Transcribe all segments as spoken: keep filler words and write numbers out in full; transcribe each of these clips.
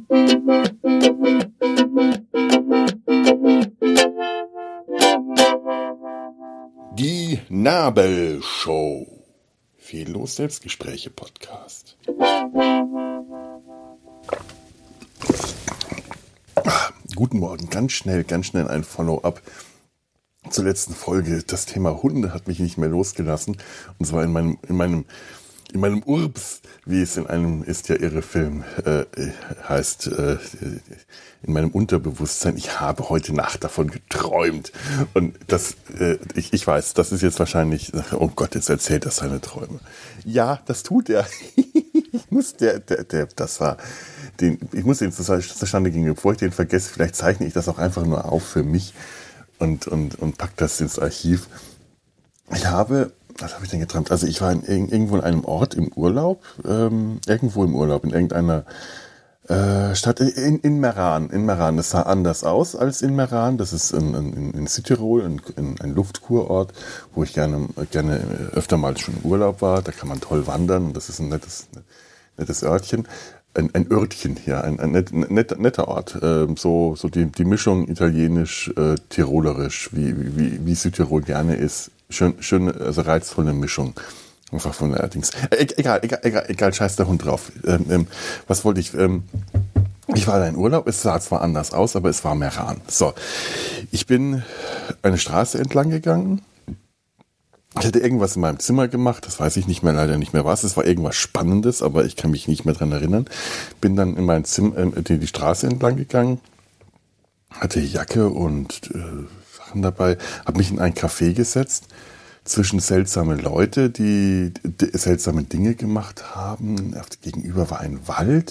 Die Nabelshow. Fehllos Selbstgespräche Podcast. Guten Morgen, ganz schnell, ganz schnell ein Follow-up zur letzten Folge. Das Thema Hunde hat mich nicht mehr losgelassen. Und zwar in meinem, in meinem, in meinem Urbs, wie es in einem Ist ja irre Film äh, heißt, äh, in meinem Unterbewusstsein. Ich habe heute Nacht davon geträumt. Und das, äh, ich, ich weiß, das ist jetzt wahrscheinlich, oh Gott, jetzt erzählt er seine Träume. Ja, das tut er. ich muss, der, der, der, das war, den, ich muss den zustande gehen, bevor ich den vergesse. Vielleicht zeichne ich das auch einfach nur auf für mich und, und, und pack das ins Archiv. Ich habe, was habe ich denn geträumt? Also ich war in, irgendwo in einem Ort im Urlaub, ähm, irgendwo im Urlaub, in irgendeiner äh, Stadt, in, in Meran. In Meran, das sah anders aus als in Meran. Das ist in, in, in Südtirol, in, in ein Luftkurort, wo ich gerne, gerne öfter mal schon im Urlaub war. Da kann man toll wandern und das ist ein nettes, nettes Örtchen. Ein, ein Örtchen hier, ein, ein net, net, netter Ort. Ähm, so so die, die Mischung italienisch, äh, tirolerisch, wie, wie, wie Südtirol gerne ist. Schön, schön, also reizvolle Mischung. Einfach von der Dings. Äh, egal, egal, egal, egal, scheiß der Hund drauf. Ähm, ähm, was wollte ich? Ähm, ich war da in Urlaub, es sah zwar anders aus, aber es war Meran. So, ich bin eine Straße entlang gegangen. Ich hatte irgendwas in meinem Zimmer gemacht, das weiß ich nicht mehr, leider nicht mehr was. Es war irgendwas Spannendes, aber ich kann mich nicht mehr dran erinnern. Bin dann in mein Zimmer, äh, die, die Straße entlang gegangen, hatte Jacke und äh, Sachen dabei, habe mich in ein Café gesetzt, zwischen seltsame Leute, die, die seltsame Dinge gemacht haben. Gegenüber war ein Wald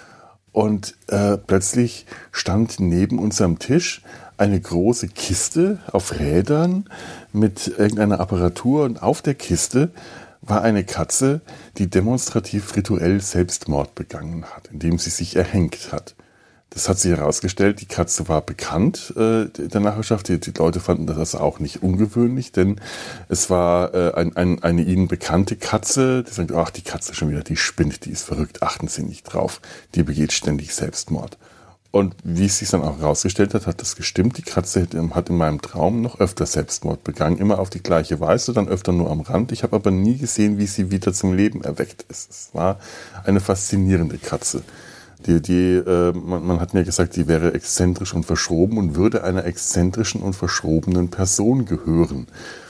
und äh, plötzlich stand neben unserem Tisch eine große Kiste auf Rädern mit irgendeiner Apparatur und auf der Kiste war eine Katze, die demonstrativ rituell Selbstmord begangen hat, indem sie sich erhängt hat. Das hat sich herausgestellt, die Katze war bekannt äh, der Nachbarschaft. Die, die Leute fanden das auch nicht ungewöhnlich, denn es war äh, ein, ein, eine ihnen bekannte Katze, die sagt, ach, die Katze schon wieder, die spinnt, die ist verrückt, achten Sie nicht drauf, die begeht ständig Selbstmord. Und wie es sich dann auch herausgestellt hat, hat das gestimmt. Die Katze hat in meinem Traum noch öfter Selbstmord begangen, immer auf die gleiche Weise, dann öfter nur am Rand. Ich habe aber nie gesehen, wie sie wieder zum Leben erweckt ist. Es war eine faszinierende Katze. Die, die, äh, man, man hat mir gesagt, die wäre exzentrisch und verschroben und würde einer exzentrischen und verschrobenen Person gehören.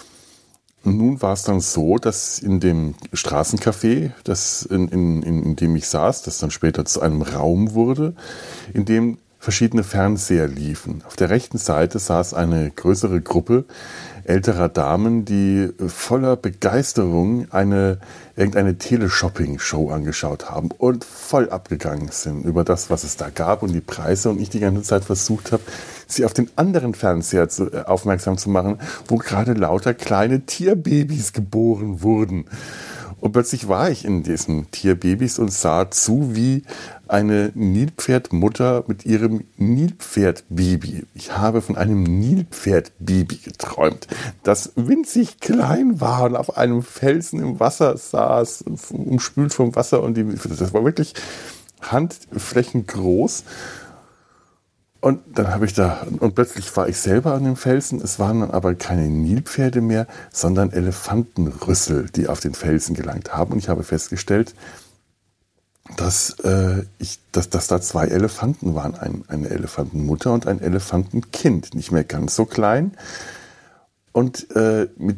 Und nun war es dann so, dass in dem Straßencafé, das in, in, in dem ich saß, das dann später zu einem Raum wurde, in dem verschiedene Fernseher liefen. Auf der rechten Seite saß eine größere Gruppe älterer Damen, die voller Begeisterung eine irgendeine Teleshopping-Show angeschaut haben und voll abgegangen sind über das, was es da gab und die Preise. Und ich die ganze Zeit versucht habe, sie auf den anderen Fernseher zu, äh, aufmerksam zu machen, wo gerade lauter kleine Tierbabys geboren wurden. Und plötzlich war ich in diesen Tierbabys und sah zu, wie eine Nilpferdmutter mit ihrem Nilpferdbaby. Ich habe von einem Nilpferdbaby geträumt, das winzig klein war und auf einem Felsen im Wasser saß, umspült vom Wasser. Und die, das war wirklich handflächengroß. Und dann habe ich da, und plötzlich war ich selber an dem Felsen. Es waren dann aber keine Nilpferde mehr, sondern Elefantenrüssel, die auf den Felsen gelangt haben. Und ich habe festgestellt, dass, äh, ich, dass, dass da zwei Elefanten waren. Ein, eine Elefantenmutter und ein Elefantenkind. Nicht mehr ganz so klein. Und äh, mit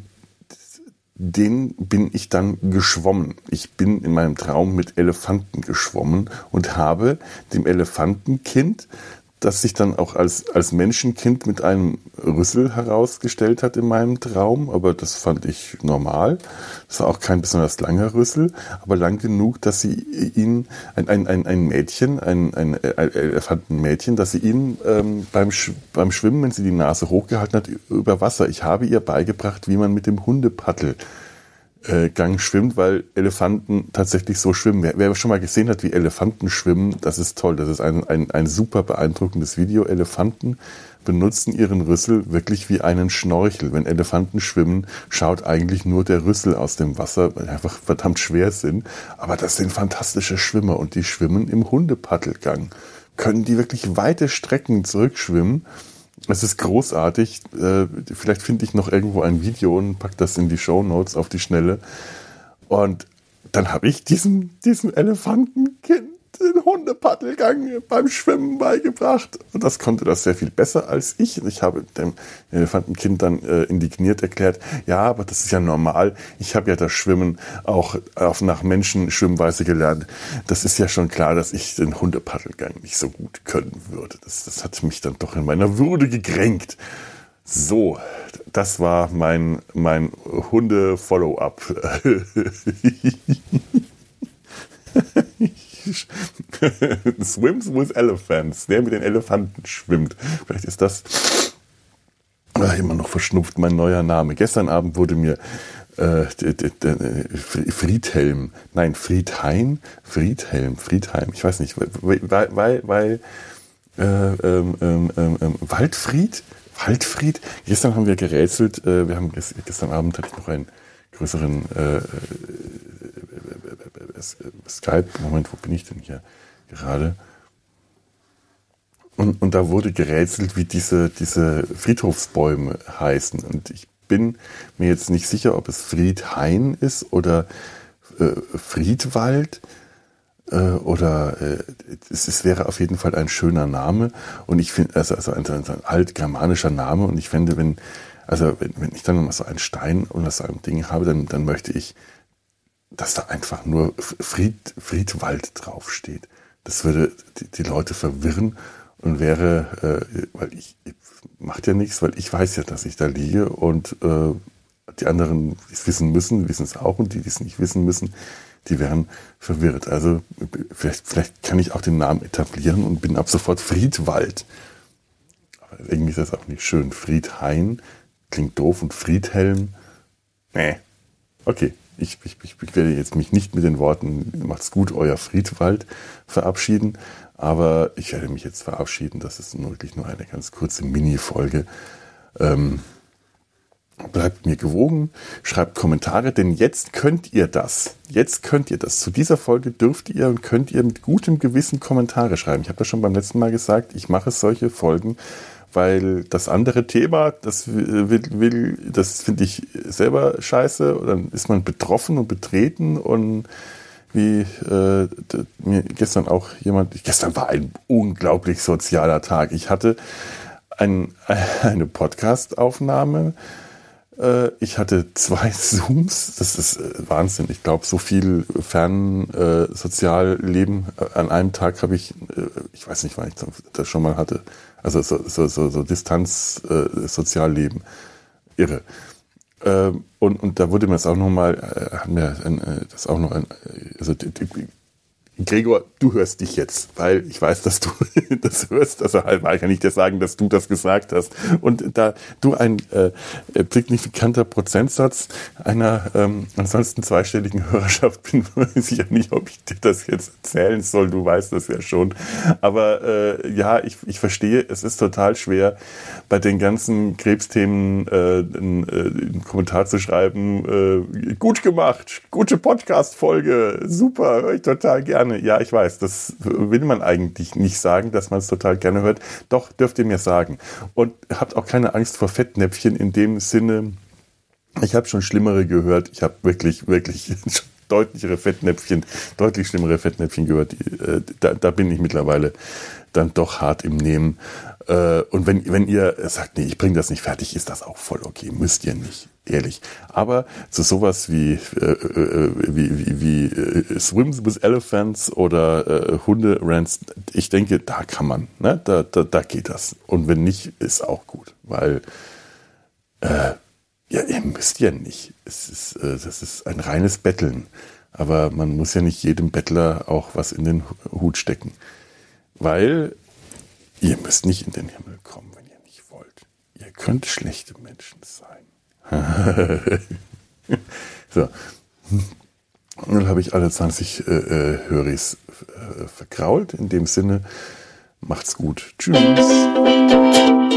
denen bin ich dann geschwommen. Ich bin in meinem Traum mit Elefanten geschwommen und habe dem Elefantenkind, das sich dann auch als, als Menschenkind mit einem Rüssel herausgestellt hat in meinem Traum, aber das fand ich normal. Das war auch kein besonders langer Rüssel, aber lang genug, dass sie ihn, ein, ein, ein, ein Mädchen, ein, ein Elefantenmädchen, dass sie ihn ähm, beim, Sch- beim Schwimmen, wenn sie die Nase hochgehalten hat, über Wasser. Ich habe ihr beigebracht, wie man mit dem Hundepaddel Gang schwimmt, weil Elefanten tatsächlich so schwimmen. Wer, wer schon mal gesehen hat, wie Elefanten schwimmen, das ist toll. Das ist ein, ein, ein super beeindruckendes Video. Elefanten benutzen ihren Rüssel wirklich wie einen Schnorchel. Wenn Elefanten schwimmen, schaut eigentlich nur der Rüssel aus dem Wasser, weil die einfach verdammt schwer sind. Aber das sind fantastische Schwimmer und die schwimmen im Hundepaddelgang. können die wirklich weite Strecken zurückschwimmen. Es ist großartig. Äh, vielleicht finde ich noch irgendwo ein Video und pack das in die Shownotes auf die Schnelle. Und dann habe ich diesem, diesem Elefantenkind den Hundepaddelgang beim Schwimmen beigebracht. Und das konnte das sehr viel besser als ich. Ich habe dem Elefantenkind dann äh, indigniert erklärt, ja, aber das ist ja normal. Ich habe ja das Schwimmen auch auf nach Menschenschwimmweise gelernt. Das ist ja schon klar, dass ich den Hundepaddelgang nicht so gut können würde. Das, das hat mich dann doch in meiner Würde gekränkt. So, das war mein, mein Hunde-Follow-up. Swims with Elephants, der mit den Elefanten schwimmt. Vielleicht ist das ach, immer noch verschnupft, mein neuer Name. Gestern Abend wurde mir äh, d, d, d, Friedhelm, nein, Friedhain, Friedhelm, Friedheim, ich weiß nicht, weil, weil, weil äh, ähm, ähm, ähm, Waldfried, Waldfried, gestern haben wir gerätselt, äh, wir haben gestern Abend hatte ich noch einen größeren äh, Skype, Moment, wo bin ich denn hier gerade? Und, und da wurde gerätselt, wie diese, diese Friedhofsbäume heißen. Und ich bin mir jetzt nicht sicher, ob es Friedhain ist oder äh, Friedwald äh, oder äh, es, es wäre auf jeden Fall ein schöner Name. Und ich finde, also, also ein, ein altgermanischer Name. Und ich finde, wenn, also wenn, wenn ich dann mal so einen Stein oder so ein Ding habe, dann, dann möchte ich, dass da einfach nur Fried, Friedwald draufsteht. Das würde die, die Leute verwirren und wäre, äh, weil ich, ich macht ja nichts, weil ich weiß ja, dass ich da liege und äh, die anderen, die es wissen müssen, wissen es auch und die, die es nicht wissen müssen, die wären verwirrt. Also vielleicht, vielleicht kann ich auch den Namen etablieren und bin ab sofort Friedwald. Aber irgendwie ist das auch nicht schön. Friedhain klingt doof und Friedhelm, nee, okay. Ich, ich, ich werde jetzt mich nicht mit den Worten macht's gut, euer Friedwald verabschieden, aber ich werde mich jetzt verabschieden. Das ist wirklich nur eine ganz kurze Mini-Folge. Ähm, bleibt mir gewogen, schreibt Kommentare, denn jetzt könnt ihr das. Jetzt könnt ihr das. Zu dieser Folge dürft ihr und könnt ihr mit gutem Gewissen Kommentare schreiben. Ich habe das schon beim letzten Mal gesagt, ich mache solche Folgen, weil das andere Thema, das will, will das finde ich selber scheiße. Und dann ist man betroffen und betreten und wie äh, mir gestern auch jemand, gestern war ein unglaublich sozialer Tag. Ich hatte ein, eine Podcast-Aufnahme, äh, ich hatte zwei Zooms, das ist äh, Wahnsinn. Ich glaube, so viel Fernsozialleben äh, an einem Tag habe ich, äh, ich weiß nicht, wann ich das schon mal hatte. Also so, so, so, so Distanz-Sozialleben. Äh, Irre. Ähm, und, und da wurde mir das auch nochmal, äh, haben wir ein, äh, das auch noch ein, also Gregor, du hörst dich jetzt, weil ich weiß, dass du das hörst. Also halt, kann ich dir sagen, dass du das gesagt hast. Und da du ein äh, signifikanter Prozentsatz einer ähm, ansonsten zweistelligen Hörerschaft bin, weiß ich ja nicht, ob ich dir das jetzt erzählen soll. Du weißt das ja schon. Aber äh, ja, ich, ich verstehe, es ist total schwer, bei den ganzen Krebsthemen äh, einen, äh, einen Kommentar zu schreiben. Äh, gut gemacht, gute Podcast-Folge, super, höre ich total gerne. Ja, ich weiß, das will man eigentlich nicht sagen, dass man es total gerne hört. Doch, dürft ihr mir sagen. Und habt auch keine Angst vor Fettnäpfchen in dem Sinne. Ich habe schon Schlimmere gehört. Ich habe wirklich, wirklich deutlichere Fettnäpfchen, deutlich schlimmere Fettnäpfchen gehört. Äh, da, da bin ich mittlerweile dann doch hart im Nehmen. Äh, und wenn, wenn ihr sagt, nee, ich bringe das nicht fertig, ist das auch voll okay. Müsst ihr nicht. Ehrlich. Aber zu sowas wie, äh, äh, wie, wie, wie äh, Swims with Elephants oder äh, Hunde-Rants, ich denke, da kann man, ne? da, da, da geht das. Und wenn nicht, ist auch gut. Weil, äh, ja, ihr müsst ja nicht. Es ist, äh, das ist ein reines Betteln. Aber man muss ja nicht jedem Bettler auch was in den Hut stecken. Weil ihr müsst nicht in den Himmel kommen, wenn ihr nicht wollt. Ihr könnt schlechte Menschen sein. So. Und dann habe ich alle zwanzig äh, äh, Höris äh, verkrault. In dem Sinne, macht's gut. Tschüss.